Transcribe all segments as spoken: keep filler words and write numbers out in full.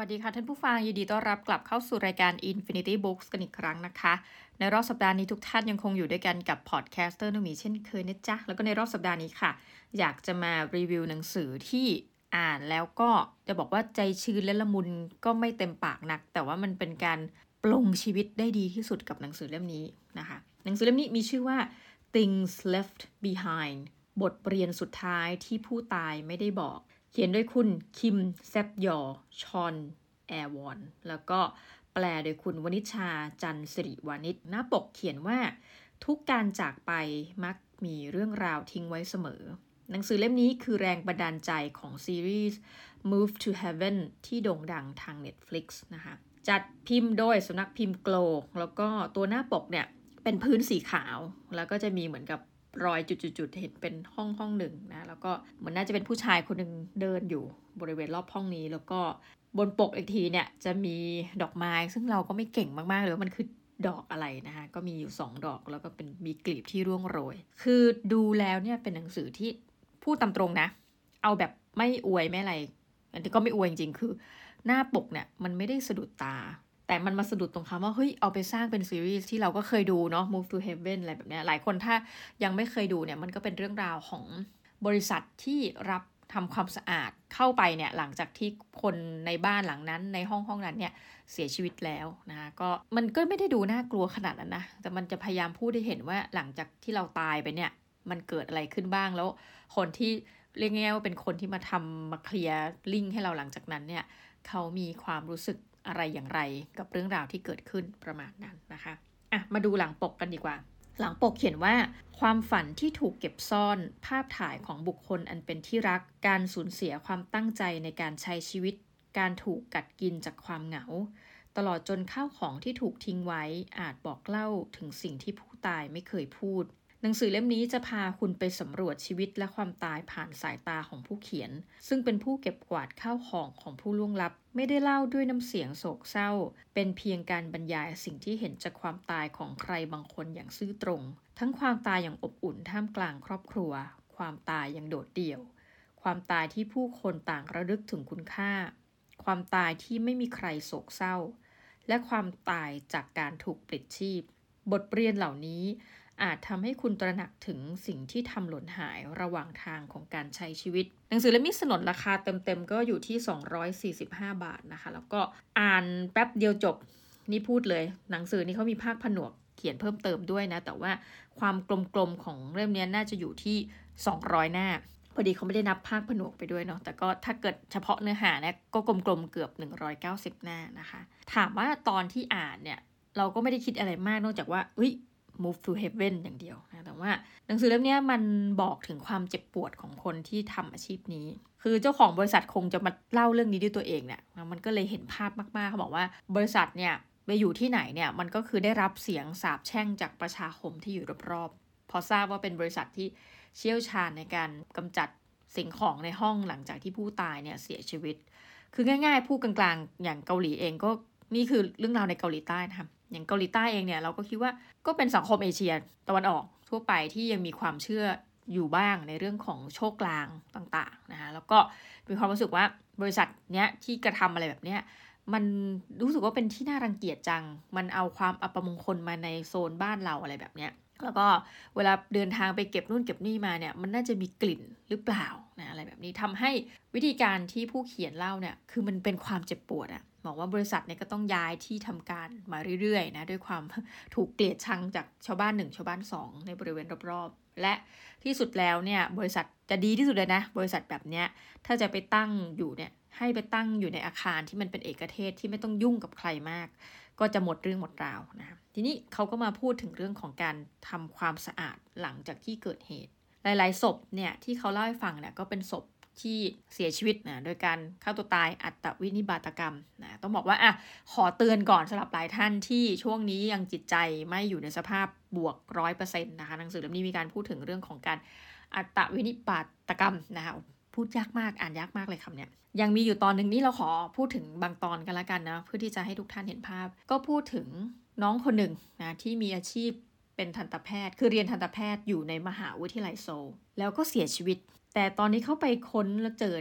วัสดีค่ะท่านผู้ฟังยินดีต้อนรับกลับเข้าสู่รายการ Infinity Books กันอีกครั้งนะคะในรอบสัปดาห์นี้ทุกท่านยังคงอยู่ด้วยกันกับพอดแคสเตอร์น้องหมีเช่นเคยนะจ๊ะแล้วก็ในรอบสัปดาห์นี้ค่ะอยากจะมารีวิวหนังสือที่อ่านแล้วก็จะบอกว่าใจชื้นและละมุนก็ไม่เต็มปากนักแต่ว่ามันเป็นการปลงชีวิตได้ดีที่สุดกับหนังสือเล่มนี้นะคะหนังสือเล่มนี้มีชื่อว่า Things Left Behind บทเรียนสุดท้ายที่ผู้ตายไม่ได้บอกเขียนโดยคุณคิมแซบยอชอนแอร์วอนแล้วก็แปลโดยคุณวณิชชาจันทร์สิริวานิชหน้าปกเขียนว่าทุกการจากไปมักมีเรื่องราวทิ้งไว้เสมอหนังสือเล่มนี้คือแรงบันดาลใจของซีรีส์ Move to Heaven ที่โด่งดังทาง Netflix นะคะจัดพิมพ์โดยสำนักพิมพ์โกลแล้วก็ตัวหน้าปกเนี่ยเป็นพื้นสีขาวแล้วก็จะมีเหมือนกับรอยจุดๆๆเห็นเป็นห้องห้องหนึ่งนะแล้วก็เหมือนน่าจะเป็นผู้ชายคนหนึ่งเดินอยู่บริเวณรอบห้องนี้แล้วก็บนปกอีกทีเนี่ยจะมีดอกไม้ซึ่งเราก็ไม่เก่งมากๆเลยว่ามันคือดอกอะไรนะคะก็มีอยู่สองดอกแล้วก็เป็นมีกลีบที่ร่วงโรยคือดูแล้วเนี่ยเป็นหนังสือที่พูดตามตรงนะเอาแบบไม่อวยไม่อะไรอันนี้ก็ไม่อวยจริงๆคือหน้าปกเนี่ยมันไม่ได้สะดุดตาแต่มันมาสะดุดตรงคำว่าเฮ้ยเอาไปสร้างเป็นซีรีส์ที่เราก็เคยดูเนาะ Move to Heaven อะไรแบบเนี้ยหลายคนถ้ายังไม่เคยดูเนี่ยมันก็เป็นเรื่องราวของบริษัทที่รับทำความสะอาดเข้าไปเนี่ยหลังจากที่คนในบ้านหลังนั้นในห้องห้องนั้นเนี่ยเสียชีวิตแล้วนะคะก็มันก็ไม่ได้ดูน่ากลัวขนาดนั้นนะแต่มันจะพยายามพูดให้เห็นว่าหลังจากที่เราตายไปเนี่ยมันเกิดอะไรขึ้นบ้างแล้วคนที่เรียกง่ายๆว่าเป็นคนที่มาทำมาเคลียร์ลิงก์ให้เราหลังจากนั้นเนี่ยเขามีความรู้สึกอะไรอย่างไรกับเรื่องราวที่เกิดขึ้นประมาณนั้นนะคะอ่ะมาดูหลังปกกันดีกว่าหลังปกเขียนว่าความฝันที่ถูกเก็บซ่อนภาพถ่ายของบุคคลอันเป็นที่รักการสูญเสียความตั้งใจในการใช้ชีวิตการถูกกัดกินจากความเหงาตลอดจนข้าวของที่ถูกทิ้งไว้อาจบอกเล่าถึงสิ่งที่ผู้ตายไม่เคยพูดหนังสือเล่มนี้จะพาคุณไปสำรวจชีวิตและความตายผ่านสายตาของผู้เขียนซึ่งเป็นผู้เก็บกวาดข้าวของของผู้ล่วงลับไม่ได้เล่าด้วยน้ำเสียงโศกเศร้าเป็นเพียงการบรรยายสิ่งที่เห็นจากความตายของใครบางคนอย่างซื่อตรงทั้งความตายอย่างอบอุ่นท่ามกลางครอบครัวความตายอย่างโดดเดี่ยวความตายที่ผู้คนต่างระลึกถึงคุณค่าความตายที่ไม่มีใครโศกเศร้าและความตายจากการถูกปลิดชีพบทเรียนเหล่านี้อาจทำให้คุณตระหนักถึงสิ่งที่ทำหล่นหายระหว่างทางของการใช้ชีวิตหนังสือเล่มนี้สนนราคาเต็มๆก็อยู่ที่สองร้อยสี่สิบห้าบาทนะคะแล้วก็อ่านแป๊บเดียวจบนี่พูดเลยหนังสือนี้เขามีภาคผนวกเขียนเพิ่มเติมด้วยนะแต่ว่าความกลมๆของเล่มนี้น่าจะอยู่ที่สองร้อยหน้าพอดีเขาไม่ได้นับภาคผนวกไปด้วยเนาะแต่ก็ถ้าเกิดเฉพาะเนื้อหาเนี่ยก็กลมๆเกือบหนึ่งร้อยเก้าสิบหน้านะคะถามว่าตอนที่อ่านเนี่ยเราก็ไม่ได้คิดอะไรมากนอกจากว่าเฮ้ยMove to Heaven อย่างเดียวนะแต่ว่าหนังสือเล่มนี้มันบอกถึงความเจ็บปวดของคนที่ทำอาชีพนี้คือเจ้าของบริษัทคงจะมาเล่าเรื่องนี้ด้วยตัวเองเนี่ยมันก็เลยเห็นภาพมากๆเขาบอกว่าบริษัทเนี่ยไปอยู่ที่ไหนเนี่ยมันก็คือได้รับเสียงสาปแช่งจากประชาคมที่อยู่รอบๆพอทราบว่าเป็นบริษัทที่เชี่ยวชาญในการกำจัดสิ่งของในห้องหลังจากที่ผู้ตายเนี่ยเสียชีวิตคือง่ายๆพูดกลางๆอย่างเกาหลีเองก็นี่คือเรื่องราวในเกาหลีใต้นะคะอย่างเกาหลีใต้เองเนี่ยเราก็คิดว่าก็เป็นสังคมเอเชียตะวันออกทั่วไปที่ยังมีความเชื่ออยู่บ้างในเรื่องของโชคลางต่างๆนะคะแล้วก็มีความรู้สึกว่าบริษัทเนี้ยที่กระทำอะไรแบบเนี้ยมันรู้สึกว่าเป็นที่น่ารังเกียจจังมันเอาความอัปมงคลมาในโซนบ้านเราอะไรแบบเนี้ยแล้วก็เวลาเดินทางไปเก็บนู่นเก็บนี่มาเนี่ยมันน่าจะมีกลิ่นหรือเปล่านะอะไรแบบนี้ทำให้วิธีการที่ผู้เขียนเล่าเนี่ยคือมันเป็นความเจ็บปวดอะบอกว่าบริษัทเนี่ยก็ต้องย้ายที่ทำการมาเรื่อยๆนะด้วยความถูกเกลียดชังจากชาวบ้านหนึ่งชาวบ้านสองในบริเวณรอบๆและที่สุดแล้วเนี่ยบริษัทจะดีที่สุดเลยนะบริษัทแบบเนี้ยถ้าจะไปตั้งอยู่เนี่ยให้ไปตั้งอยู่ในอาคารที่มันเป็นเอกเทศที่ไม่ต้องยุ่งกับใครมากก็จะหมดเรื่องหมดราวนะทีนี้เขาก็มาพูดถึงเรื่องของการทำความสะอาดหลังจากที่เกิดเหตุหลายๆศพเนี่ยที่เขาเล่าให้ฟังเนี่ยก็เป็นศพที่เสียชีวิตนะโดยการฆ่าตัวตายอัตวินิบาตกรรมนะต้องบอกว่าอ่ะขอเตือนก่อนสำหรับหลายท่านที่ช่วงนี้ยังจิตใจไม่อยู่ในสภาพบวก ร้อยเปอร์เซ็นต์ นะคะหนังสือเล่มนี้มีการพูดถึงเรื่องของการอัตวินิบาตกรรมนะคะพูดยากมากอ่านยากมากเลยคำเนี้ยยังมีอยู่ตอนหนึ่งนี่เราขอพูดถึงบางตอนกันละกันนะเพื่อที่จะให้ทุกท่านเห็นภาพก็พูดถึงน้องคนหนึ่งนะที่มีอาชีพเป็นทันตแพทย์คือเรียนทันตแพทย์อยู่ในมหาวิทยาลัยโซลแล้วก็เสียชีวิตแต่ตอนนี้เข้าไปค้นแล้วเจอเนี่ย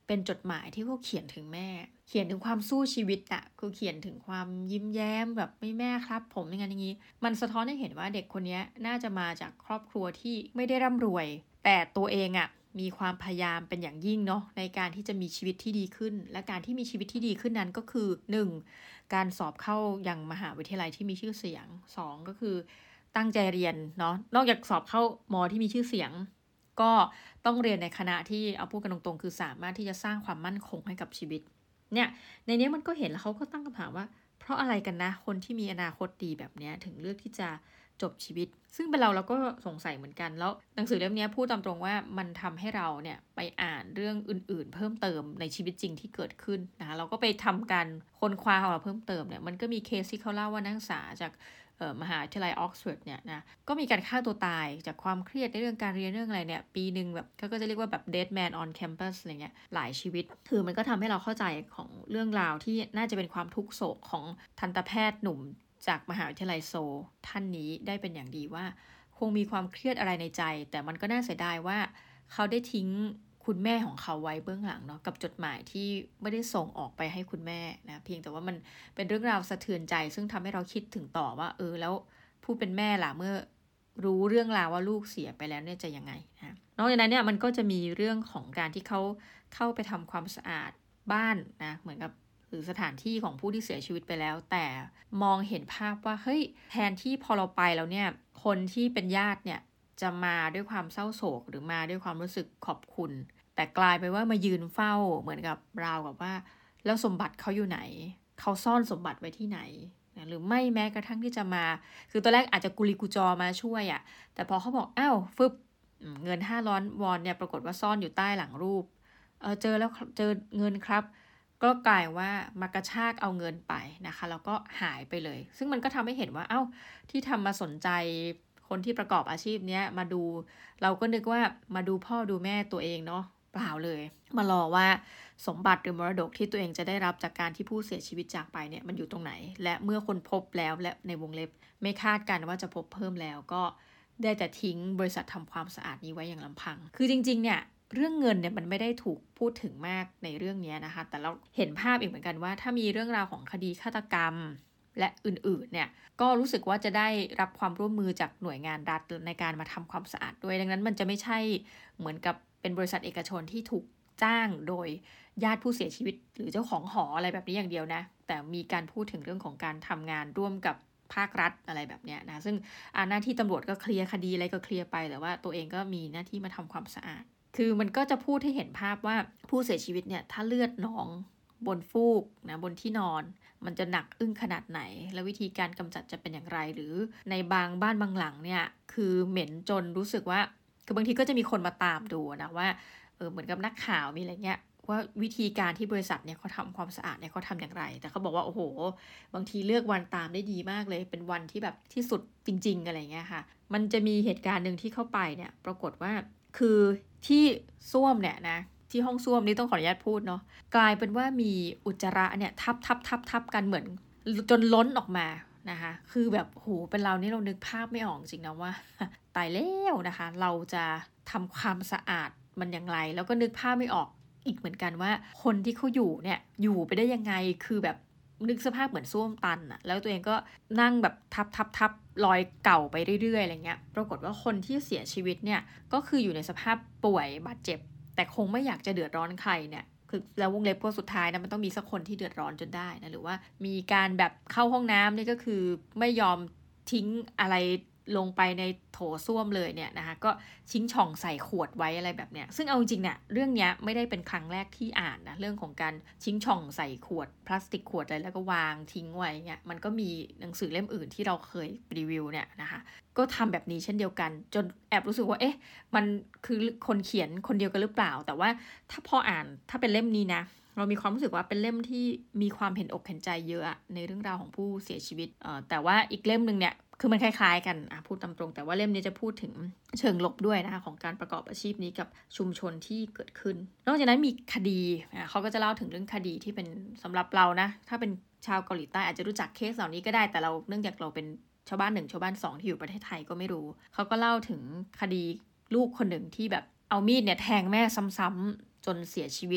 เป็นจดหมายที่เขาเขียนถึงแม่เขียนถึงความสู้ชีวิตอะคือเขียนถึงความยิ้มแย้มแบบไม่แม่ครับผมอย่างนั้นอย่างนี้มันสะท้อนให้เห็นว่าเด็กคนนี้น่าจะมาจากครอบครัวที่ไม่ได้ร่ำรวยแต่ตัวเองอะมีความพยายามเป็นอย่างยิ่งเนาะในการที่จะมีชีวิตที่ดีขึ้นและการที่มีชีวิตที่ดีขึ้นนั้นก็คือหนึ่งการสอบเข้ายังมหาวิทยาลัยที่มีชื่อเสียงสองก็คือตั้งใจเรียนเนาะนอกจากสอบเข้ามอที่มีชื่อเสียงก็ต้องเรียนในคณะที่เอาพูดกันตรงๆคือสามารถที่จะสร้างความมั่นคงให้กับชีวิตเนี่ยในนี้มันก็เห็นแล้วเขาก็ตั้งคำถามว่าเพราะอะไรกันนะคนที่มีอนาคตดีแบบนี้ถึงเลือกที่จะจบชีวิตซึ่งเป็นเราเราก็สงสัยเหมือนกันแล้วหนังสือเล่มนี้พูดตามตรงว่ามันทำให้เราเนี่ยไปอ่านเรื่องอื่นๆเพิ่มเติมในชีวิตจริงที่เกิดขึ้นนะคะเราก็ไปทำการค้นคว้าของเราเพิ่มเติมเนี่ยมันก็มีเคสที่เขาเล่าว่านักศึกษาจากมหาวิทยาลัยออกซฟอร์ดเนี่ยนะก็มีการฆ่าตัวตายจากความเครียดในเรื่องการเรียนเรื่องอะไรเนี่ยปีหนึ่งแบบเขาก็จะเรียกว่าแบบ dead man on campus อะไรเงี้ยหลายชีวิตคือมันก็ทำให้เราเข้าใจของเรื่องราวที่น่าจะเป็นความทุกข์โศกของทันตแพทย์หนุ่มจากมหาวิทยาลัยโซลท่านนี้ได้เป็นอย่างดีว่าคงมีความเครียดอะไรในใจแต่มันก็น่าเสียดายว่าเขาได้ทิ้งคุณแม่ของเขาไว้เบื้องหลังเนาะกับจดหมายที่ไม่ได้ส่งออกไปให้คุณแม่นะเพียงแต่ว่ามันเป็นเรื่องราวสะเทือนใจซึ่งทำให้เราคิดถึงต่อว่าเออแล้วผู้เป็นแม่ล่ะเมื่อรู้เรื่องราวว่าลูกเสียไปแล้วเนี่ยจะยังไงนะนอกจากนั้นเนี่ยมันก็จะมีเรื่องของการที่เขาเข้าไปทำความสะอาดบ้านนะเหมือนกับหรือสถานที่ของผู้ที่เสียชีวิตไปแล้วแต่มองเห็นภาพว่าเฮ้ยแทนที่พอเราไปแล้วเนี่ยคนที่เป็นญาติเนี่ยจะมาด้วยความเศร้าโศกหรือมาด้วยความรู้สึกขอบคุณแต่กลายไปว่ามายืนเฝ้าเหมือนกับราวกับว่าแล้วสมบัติเขาอยู่ไหนเขาซ่อนสมบัติไว้ที่ไหนนะหรือไม่แม้กระทั่งที่จะมาคือตอนแรกอาจจะกุลีกุจอมาช่วยอะ่ะแต่พอเขาบอกอ้าวฟึบเงินห้าร้อยวอนเนี่ยปรากฏว่าซ่อนอยู่ใต้หลังรูปเออเจอแล้วเจอเงินครับก็กลายว่ามากระชากเอาเงินไปนะคะแล้วก็หายไปเลยซึ่งมันก็ทำให้เห็นว่าเอ้าที่ทำมาสนใจคนที่ประกอบอาชีพนี้มาดูเราก็นึกว่ามาดูพ่อดูแม่ตัวเองเนาะเปล่าเลยมารอว่าสมบัติหรือมรดกที่ตัวเองจะได้รับจากการที่ผู้เสียชีวิตจากไปเนี่ยมันอยู่ตรงไหนและเมื่อคนพบแล้วและในวงเล็บไม่คาดกันว่าจะพบเพิ่มแล้วก็ได้แต่ทิ้งบริษัททำความสะอาดนี้ไว้อย่างลำพังคือจริงๆเนี่ยเรื่องเงินเนี่ยมันไม่ได้ถูกพูดถึงมากในเรื่องนี้นะคะแต่เราเห็นภาพอีกเหมือนกันว่าถ้ามีเรื่องราวของคดีฆาตกรรมและอื่นๆเนี่ยก็รู้สึกว่าจะได้รับความร่วมมือจากหน่วยงานรัฐในการมาทำความสะอาดด้วยดังนั้นมันจะไม่ใช่เหมือนกับเป็นบริษัทเอกชนที่ถูกจ้างโดยญาติผู้เสียชีวิตหรือเจ้าของหออะไรแบบนี้อย่างเดียวนะแต่มีการพูดถึงเรื่องของการทำงานร่วมกับภาครัฐอะไรแบบนี้นะซึ่งหน้าที่ตำรวจก็เคลียร์คดีอะไรก็เคลียร์ไปแต่ว่าตัวเองก็มีหน้าที่มาทำความสะอาดคือมันก็จะพูดให้เห็นภาพว่าผู้เสียชีวิตเนี่ยถ้าเลือดหนองบนฟูกนะบนที่นอนมันจะหนักอึ้งขนาดไหนแล้ววิธีการกำจัดจะเป็นอย่างไรหรือในบางบ้านบางหลังเนี่ยคือเหม็นจนรู้สึกว่าคือบางทีก็จะมีคนมาตามดูนะว่าเออเหมือนกับนักข่าวมีอะไรเงี้ยว่าวิธีการที่บริษัทเนี่ยเขาทำความสะอาดเนี่ยเขาทำอย่างไรแต่เขาบอกว่าโอ้โหบางทีเลือกวันตามได้ดีมากเลยเป็นวันที่แบบที่สุดจริงๆอะไรเงี้ยค่ะมันจะมีเหตุการณ์หนึ่งที่เข้าไปเนี่ยปรากฏว่าคือที่ส้วมเนี่ยนะที่ห้องส้วมนี้ต้องขออนุญาตพูดเนาะกลายเป็นว่ามีอุจจาระเนี่ยทับทับทับทับกันเหมือนจนล้นออกมานะคะคือแบบโหเป็นเรานี่เรานึกภาพไม่ออกจริงนะว่าตายแล้วนะคะเราจะทำความสะอาดมันอย่างไรแล้วก็นึกภาพไม่ออกอีกเหมือนกันว่าคนที่เขาอยู่เนี่ยอยู่ไปได้ยังไงคือแบบนึกสภาพเหมือนส้วมตันอะแล้วตัวเองก็นั่งแบบทับทับทับรอยเก่าไปเรื่อยๆอะไรเงี้ยปรากฏว่าคนที่เสียชีวิตเนี่ยก็คืออยู่ในสภาพป่วยบาดเจ็บแต่คงไม่อยากจะเดือดร้อนใครเนี่ยคือแล้ววงเล็บก็สุดท้ายนะมันต้องมีสักคนที่เดือดร้อนจนได้นะหรือว่ามีการแบบเข้าห้องน้ำนี่ก็คือไม่ยอมทิ้งอะไรลงไปในโถส้วมเลยเนี่ยนะคะก็ทิ้งช่องใส่ขวดไว้อะไรแบบเนี้ยซึ่งเอาจริงๆเนี่ยเรื่องนี้ไม่ได้เป็นครั้งแรกที่อ่านนะเรื่องของการทิ้งช่องใส่ขวดพลาสติกขวดอะไรแล้วก็วางทิ้งไว้เนี่ยมันก็มีหนังสือเล่มอื่นที่เราเคยรีวิวเนี่ยนะคะก็ทำแบบนี้เช่นเดียวกันจนแอบรู้สึกว่าเอ๊ะมันคือคนเขียนคนเดียวกันหรือเปล่าแต่ว่าถ้าพออ่านถ้าเป็นเล่มนี้นะเรามีความรู้สึกว่าเป็นเล่มที่มีความเห็นอกเห็นใจเยอะในเรื่องราวของผู้เสียชีวิตเอ่อแต่ว่าอีกเล่มนึงเนี่ยคือมันคล้ายๆกันอ่ะพูดตามตรงแต่ว่าเล่มนี้จะพูดถึงเชิงลบด้วยนะคะของการประกอบอาชีพนี้กับชุมชนที่เกิดขึ้นนอกจากนั้นมีคดีอ่ะเขาก็จะเล่าถึงเรื่องคดีที่เป็นสำหรับเรานะถ้าเป็นชาวเกาหลีใต้อาจจะรู้จักเคสเหล่านี้ก็ได้แต่เราเนื่องจากเราเป็นชาวบ้านหนึ่งชาวบ้านสองที่อยู่ประเทศไทยก็ไม่รู้เขาก็เล่าถึงคดีลูกคนหนึ่งที่แบบเอามีดเนี่ยแทงแม่ซ้ำๆจนเสียชีวิต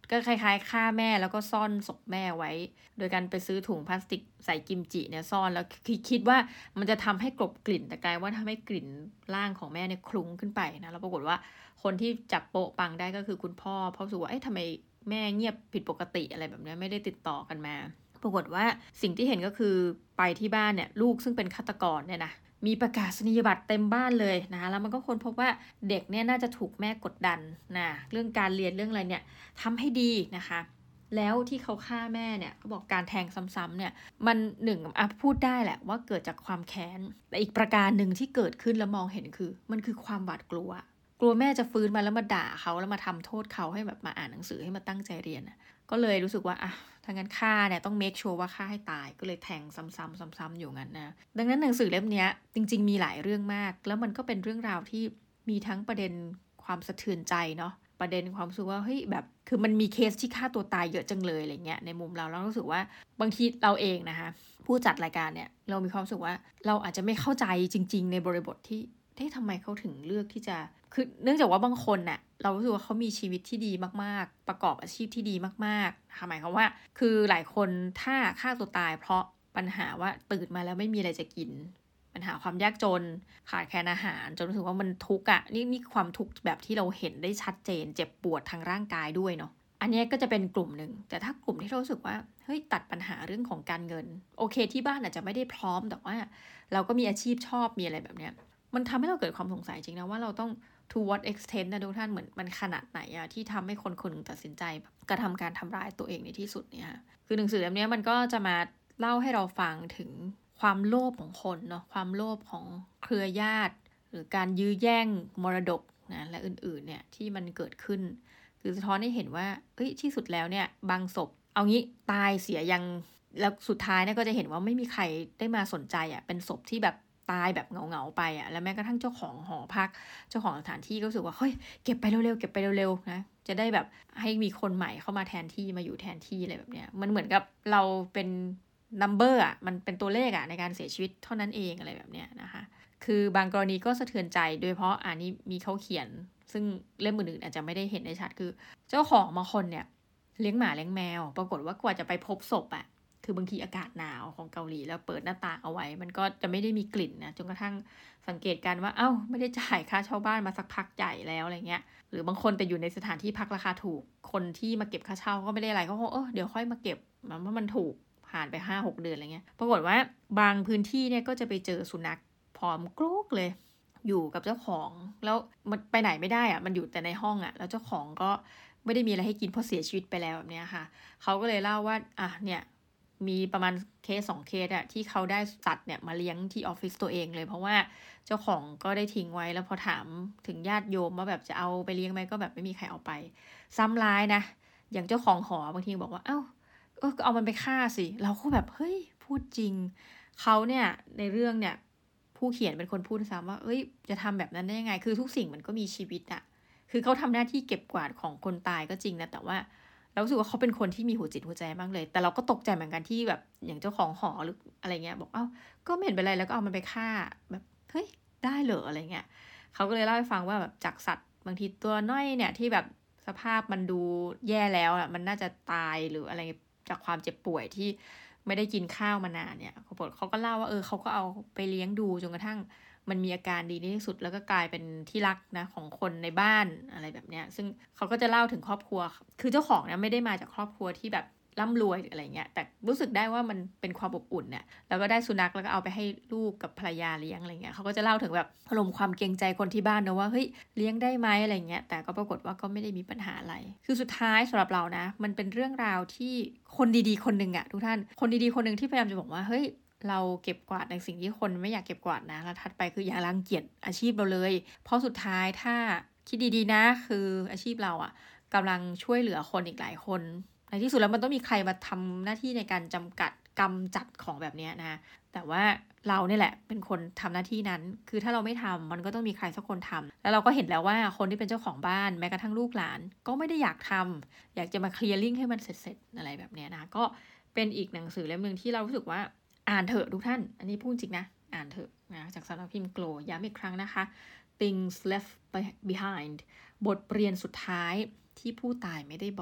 ก็คล้ายๆฆ่าแม่แล้วก็ซ่อนศพแม่ไว้โดยการไปซื้อถุงพลาสติกใส่กิมจิเนี่ยซ่อนแล้วคิดว่ามันจะทำให้กลบกลิ่นแต่กลายว่าทำให้กลิ่นร่างของแม่เนี่ยคลุ้งขึ้นไปนะแล้วปรากฏว่าคนที่จับโปะปังได้ก็คือคุณพ่อเพราะรู้สึกว่าเอ๊ะทำไมแม่เงียบผิดปกติอะไรแบบนี้ไม่ได้ติดต่อกันมาปรากฏว่าสิ่งที่เห็นก็คือไปที่บ้านเนี่ยลูกซึ่งเป็นฆาตกรเนี่ยนะมีประกาศนียบัตรเต็มบ้านเลยนะแล้วมันก็ค้นพบว่าเด็กเนี่ยน่าจะถูกแม่กดดันนะเรื่องการเรียนเรื่องอะไรเนี่ยทำให้ดีนะคะแล้วที่เขาฆ่าแม่เนี่ยเขาบอกการแทงซ้ำๆเนี่ยมันหนึ่งอ่ะพูดได้แหละว่าเกิดจากความแค้นแต่อีกประการหนึ่งที่เกิดขึ้นแล้วมองเห็นคือมันคือความหวาดกลัวกลัวแม่จะฟื้นมาแล้วมาด่าเขาแล้วมาทำโทษเขาให้แบบมาอ่านหนังสือให้มาตั้งใจเรียนก็เลยรู้สึกว่าอ่ะถ้างั้นฆ่าเนี่ยต้องเมคชัวร์ว่าฆ่าให้ตายก็เลยแทงซ้ำๆซ้ำๆอยู่งั้นนะดังนั้นหนังสือเล่มนี้จริงๆมีหลายเรื่องมากแล้วมันก็เป็นเรื่องราวที่มีทั้งประเด็นความสะเทือนใจเนาะประเด็นความรู้สึกว่าเฮ้ยแบบคือมันมีเคสที่ฆ่าตัวตายเยอะจังเลยอะไรเงี้ยในมุมเราเรารู้สึกว่าบางทีเราเองนะคะผู้จัดรายการเนี่ยเรามีความรู้สึกว่าเราอาจจะไม่เข้าใจจริงๆในบริบทที่ที่ทำไมเขาถึงเลือกที่จะคือเนื่องจากว่าบางคนน่ะเรารู้สึกว่าเขามีชีวิตที่ดีมากๆประกอบอาชีพที่ดีมากๆนะคะหมายความว่าคือหลายคนถ้าฆ่าตัวตายเพราะปัญหาว่าตื่นมาแล้วไม่มีอะไรจะกินปัญหาความยากจนขาดแคลนอาหารจนรู้สึกว่ามันทุกข์อ่ะนี่นี่ความทุกข์แบบที่เราเห็นได้ชัดเจนเจ็บปวดทางร่างกายด้วยเนาะอันนี้ก็จะเป็นกลุ่มหนึ่งแต่ถ้ากลุ่มที่เรารู้สึกว่าเฮ้ยตัดปัญหาเรื่องของการเงินโอเคที่บ้านอาจจะไม่ได้พร้อมแต่ว่าเราก็มีอาชีพชอบมีอะไรแบบเนี้ยมันทำให้เราเกิดความสงสัยจริงนะว่าเราต้อง to what extent นะทุกท่านเหมือนมันขนาดไหนอะที่ทำให้คนคนหนึ่งตัดสินใจกระทำการทำร้ายตัวเองในที่สุดเนี่ยคือหนังสือเล่มนี้มันก็จะมาเล่าให้เราฟังถึงความโลภของคนเนาะความโลภของเครือญาติหรือการยื้อแย่งมรดกนะและอื่นๆเนี่ยที่มันเกิดขึ้นคือสะท้อนให้เห็นว่าเอ้ยที่สุดแล้วเนี่ยบางศพเอางี้ตายเสียยังแล้วสุดท้ายเนี่ยก็จะเห็นว่าไม่มีใครได้มาสนใจอะเป็นศพที่แบบตายแบบเหงาๆไปอ่ะแล้วแม้กระทั่งเจ้าของหอพักเจ้าของสถานที่ก็รู้สึกว่าเฮ้ยเก็บไปเร็วๆเก็บไปเร็วๆนะจะได้แบบให้มีคนใหม่เข้ามาแทนที่มาอยู่แทนที่อะไรแบบเนี้ยมันเหมือนกับเราเป็นนัมเบอร์อ่ะมันเป็นตัวเลขอ่ะในการเสียชีวิตเท่านั้นเองอะไรแบบเนี้ยนะคะคือบางกรณีก็สะเทือนใจโดยเฉพาะอันนี้มีเขาเขียนซึ่งเล่มอื่นๆอาจจะไม่ได้เห็นได้ชัดคือเจ้าของบางคนเนี่ยเลี้ยงหมาเลี้ยงแมวปรากฏว่ากว่าจะไปพบศพอ่ะคือบางทีอากาศหนาวของเกาหลีแล้วเปิดหน้าต่างเอาไว้มันก็จะไม่ได้มีกลิ่นนะจนกระทั่งสังเกตกันว่าเอ้าไม่ได้จ่ายค่าเช่าบ้านมาสักพักใหญ่แล้วอะไรเงี้ยหรือบางคนไปอยู่ในสถานที่พักราคาถูกคนที่มาเก็บค่าเช่าก็ไม่ได้อะไรเขาก็เออเดี๋ยวค่อยมาเก็บเพราะมันถูกผ่านไป ห้าหก เดือนอะไรเงี้ยปรากฏว่าบางพื้นที่เนี่ยก็จะไปเจอสุนัขผอมกรุกเลยอยู่กับเจ้าของแล้วมันไปไหนไม่ได้อะมันอยู่แต่ในห้องอะแล้วเจ้าของก็ไม่ได้มีอะไรให้กินเพราะเสียชีวิตไปแล้วแบบเนี้ยค่ะเขาก็เลยเล่าว่าอ่ะเนี่ยมีประมาณเคสสองเคสอะที่เขาได้สัตว์เนี่ยมาเลี้ยงที่ออฟฟิศตัวเองเลยเพราะว่าเจ้าของก็ได้ทิ้งไว้แล้วพอถามถึงญาติโยมว่าแบบจะเอาไปเลี้ยงไหมก็แบบไม่มีใครเอาไปซ้ำร้ายนะอย่างเจ้าของหอบางทีบอกว่าเอ้าเออเอามันไปฆ่าสิเราก็แบบเฮ้ยพูดจริงเขาเนี่ยในเรื่องเนี่ยผู้เขียนเป็นคนพูดซ้ำว่าเอ้ยจะทำแบบนั้นได้ยังไงคือทุกสิ่งมันก็มีชีวิตอะคือเขาทำหน้าที่เก็บกวาดของคนตายก็จริงนะแต่ว่าเรารู้สึกว่าเขาเป็นคนที่มีหัวจิตหัวใจมากเลยแต่เราก็ตกใจเหมือนกันที่แบบอย่างเจ้าของหอหรืออะไรเงี้ยบอกเอ้าก็ไม่เห็นเป็นไรแล้วก็เอามันไปฆ่าแบบเฮ้ยได้เหรออะไรเงี้ยเขาก็เลยเล่าให้ฟังว่าแบบจากสัตว์บางทีตัวน้อยเนี่ยที่แบบสภาพมันดูแย่แล้วอ่ะมันน่าจะตายหรืออะไรจากความเจ็บป่วยที่ไม่ได้กินข้าวมานานเนี่ยเขาบอกเขาก็เล่าว่าเออเขาก็เอาไปเลี้ยงดูจนกระทั่งมันมีอาการดีในที่สุดแล้วก็กลายเป็นที่รักนะของคนในบ้านอะไรแบบเนี้ยซึ่งเขาก็จะเล่าถึงครอบครัวคือเจ้าของเนี่ยไม่ได้มาจากครอบครัวที่แบบร่ำรวยหรืออะไรเงี้ยแต่รู้สึกได้ว่ามันเป็นความอบอุ่นเนี่ยแล้วก็ได้สุนัขแล้วก็เอาไปให้ลูกกับภรรยาเลี้ยงอะไรเงี้ยเขาก็จะเล่าถึงแบบอารมณ์ความเกรงใจคนที่บ้านนะว่าเฮ้ยเลี้ยงได้ไหมอะไรเงี้ยแต่ก็ปรากฏว่าก็ไม่ได้มีปัญหาอะไรคือสุดท้ายสำหรับเรานะมันเป็นเรื่องราวที่คนดีๆคนหนึ่งอะทุกท่านคนดีๆคนหนึ่งที่พยายามจะบอกว่าเฮ้ยเราเก็บกวาดในสิ่งที่คนไม่อยากเก็บกวาดนะแล้วถัดไปคืออย่ารังเกียจอาชีพเราเลยเพราะสุดท้ายถ้าคิดดีๆนะคืออาชีพเราอะกำลังช่วยเหลือคนอีกหลายคนในที่สุดแล้วมันต้องมีใครมาทำหน้าที่ในการจำกัดกำจัดของแบบนี้นะแต่ว่าเราเนี่ยแหละเป็นคนทำหน้าที่นั้นคือถ้าเราไม่ทำมันก็ต้องมีใครสักคนทำแล้วเราก็เห็นแล้วว่าคนที่เป็นเจ้าของบ้านแม้กระทั่งลูกหลานก็ไม่ได้อยากทำอยากจะมาเคลียร์ลิงให้มันเสร็จๆอะไรแบบนี้นะก็เป็นอีกหนังสือเล่มนึงที่เรารู้สึกว่าอ่านเถอะทุกท่านอันนี้พูดจริงนะอ่านเถอะนะจากสำนักพิมพ์โกลย้ำอีกครั้งนะคะ Things Left Behind บทเรียนสุดท้ายที่ผู้ตายไม่ได้บอก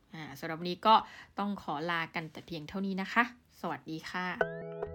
อ่าสำหรับวันนี้ก็ต้องขอลากันแต่เพียงเท่านี้นะคะสวัสดีค่ะ